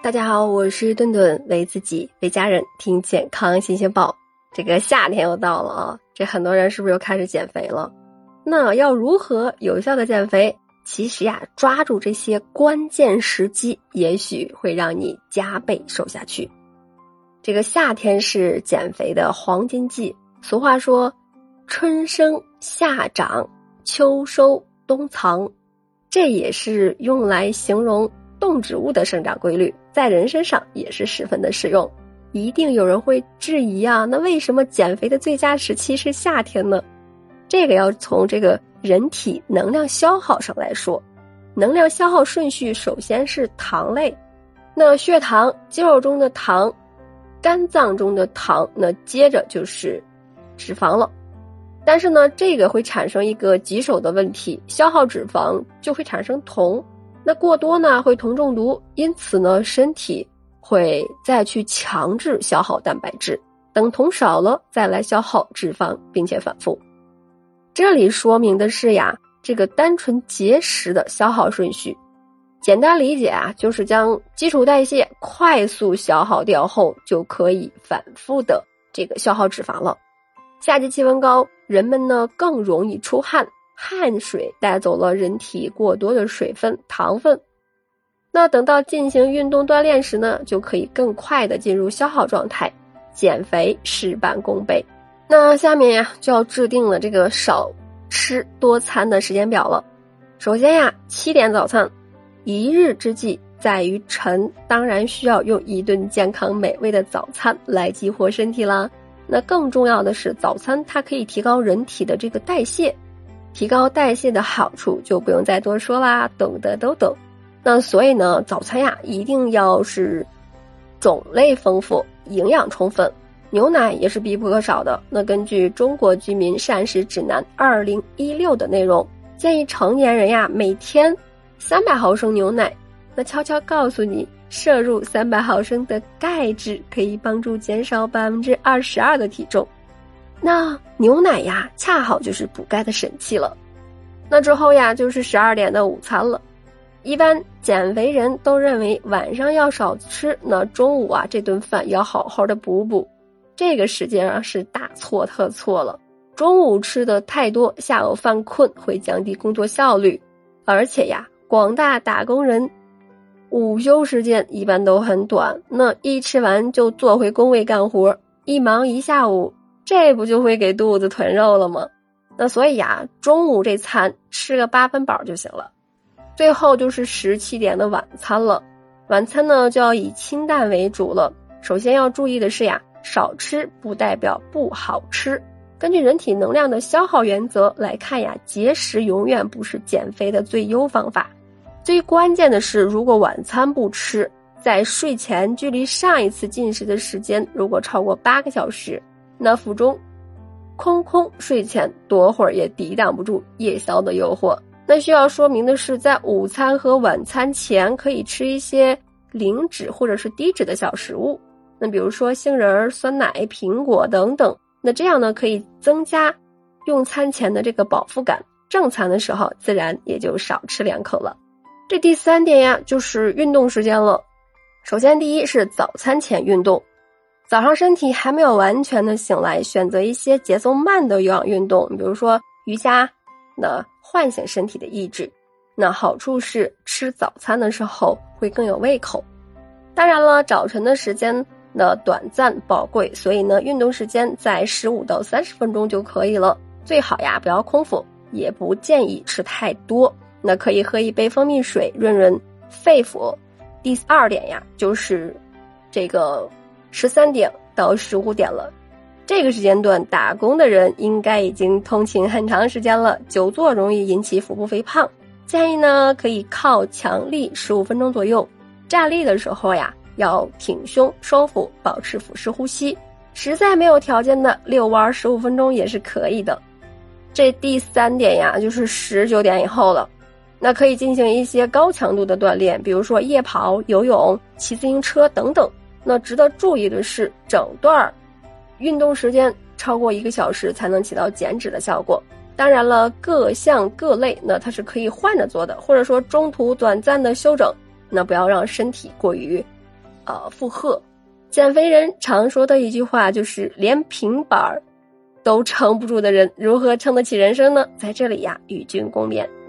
大家好，我是顿顿，为自己为家人听健康新鲜报。这个夏天又到了啊，这很多人是不是又开始减肥了？那要如何有效的减肥？其实呀，抓住这些关键时机，也许会让你加倍瘦下去。这个夏天是减肥的黄金季，俗话说春生夏长秋收冬藏，这也是用来形容动植物的生长规律，在人身上也是十分的适用。一定有人会质疑啊，那为什么减肥的最佳时期是夏天呢？这个要从这个人体能量消耗上来说。能量消耗顺序首先是糖类，那血糖、肌肉中的糖、肝脏中的糖，那接着就是脂肪了。但是呢，这个会产生一个棘手的问题，消耗脂肪就会产生酮，那过多呢会酮中毒，因此呢身体会再去强制消耗蛋白质，等酮少了再来消耗脂肪，并且反复。这里说明的是呀，这个单纯节食的消耗顺序，简单理解啊，就是将基础代谢快速消耗掉后，就可以反复的这个消耗脂肪了。夏季气温高，人们呢更容易出汗，汗水带走了人体过多的水分、糖分。那等到进行运动锻炼时呢，就可以更快的进入消耗状态，减肥事半功倍。那下面呀，就要制定了这个少吃多餐的时间表了。首先呀，7点早餐，一日之计在于晨，当然需要用一顿健康美味的早餐来激活身体啦。那更重要的是，早餐它可以提高人体的这个代谢，提高代谢的好处就不用再多说啦，懂的都懂。那所以呢，早餐呀一定要是种类丰富，营养充分，牛奶也是必不可少的。那根据中国居民膳食指南2016的内容，建议成年人呀每天300毫升牛奶。那悄悄告诉你，摄入300毫升的钙质可以帮助减少22%的体重。那牛奶呀恰好就是补钙的神器了。那之后呀就是12点的午餐了。一般减肥人都认为晚上要少吃，那中午啊这顿饭要好好的补补。这个实际上是大错特错了。中午吃的太多，下午犯困会降低工作效率，而且呀广大打工人午休时间一般都很短，那一吃完就坐回工位干活，一忙一下午，这不就会给肚子囤肉了吗？那所以呀，中午这餐吃个8分饱就行了。最后就是17点的晚餐了。晚餐呢就要以清淡为主了。首先要注意的是呀，少吃不代表不好吃。根据人体能量的消耗原则来看呀，节食永远不是减肥的最优方法。最关键的是，如果晚餐不吃，在睡前距离上一次进食的时间如果超过8个小时，那腹中空睡前多会儿也抵挡不住夜宵的诱惑。那需要说明的是，在午餐和晚餐前可以吃一些零脂或者是低脂的小食物，那比如说杏仁、酸奶、苹果等等。那这样呢可以增加用餐前的这个饱腹感，正餐的时候自然也就少吃2口了。这第3点呀就是运动时间了。首先第一是早餐前运动，早上身体还没有完全的醒来，选择一些节奏慢的有氧运动，比如说瑜伽，那唤醒身体的意志。那好处是吃早餐的时候会更有胃口。当然了，早晨的时间的短暂宝贵，所以呢运动时间在15到30分钟就可以了。最好呀不要空腹，也不建议吃太多。那可以喝一杯蜂蜜水润润肺腑。第2点呀就是这个13点到15点了。这个时间段打工的人应该已经通勤很长时间了，久坐容易引起腹部肥胖，建议呢可以靠墙立15分钟左右。站立的时候呀要挺胸收腹，保持腹式呼吸。实在没有条件的遛弯15分钟也是可以的。这第3点呀就是19点以后了。那可以进行一些高强度的锻炼，比如说夜跑、游泳、骑自行车等等。那值得注意的是，整段运动时间超过1个小时才能起到减脂的效果。当然了，各项各类那它是可以换着做的，或者说中途短暂的休整，那不要让身体过于负荷。减肥人常说的一句话就是连平板都撑不住的人如何撑得起人生呢？在这里呀，与君共勉。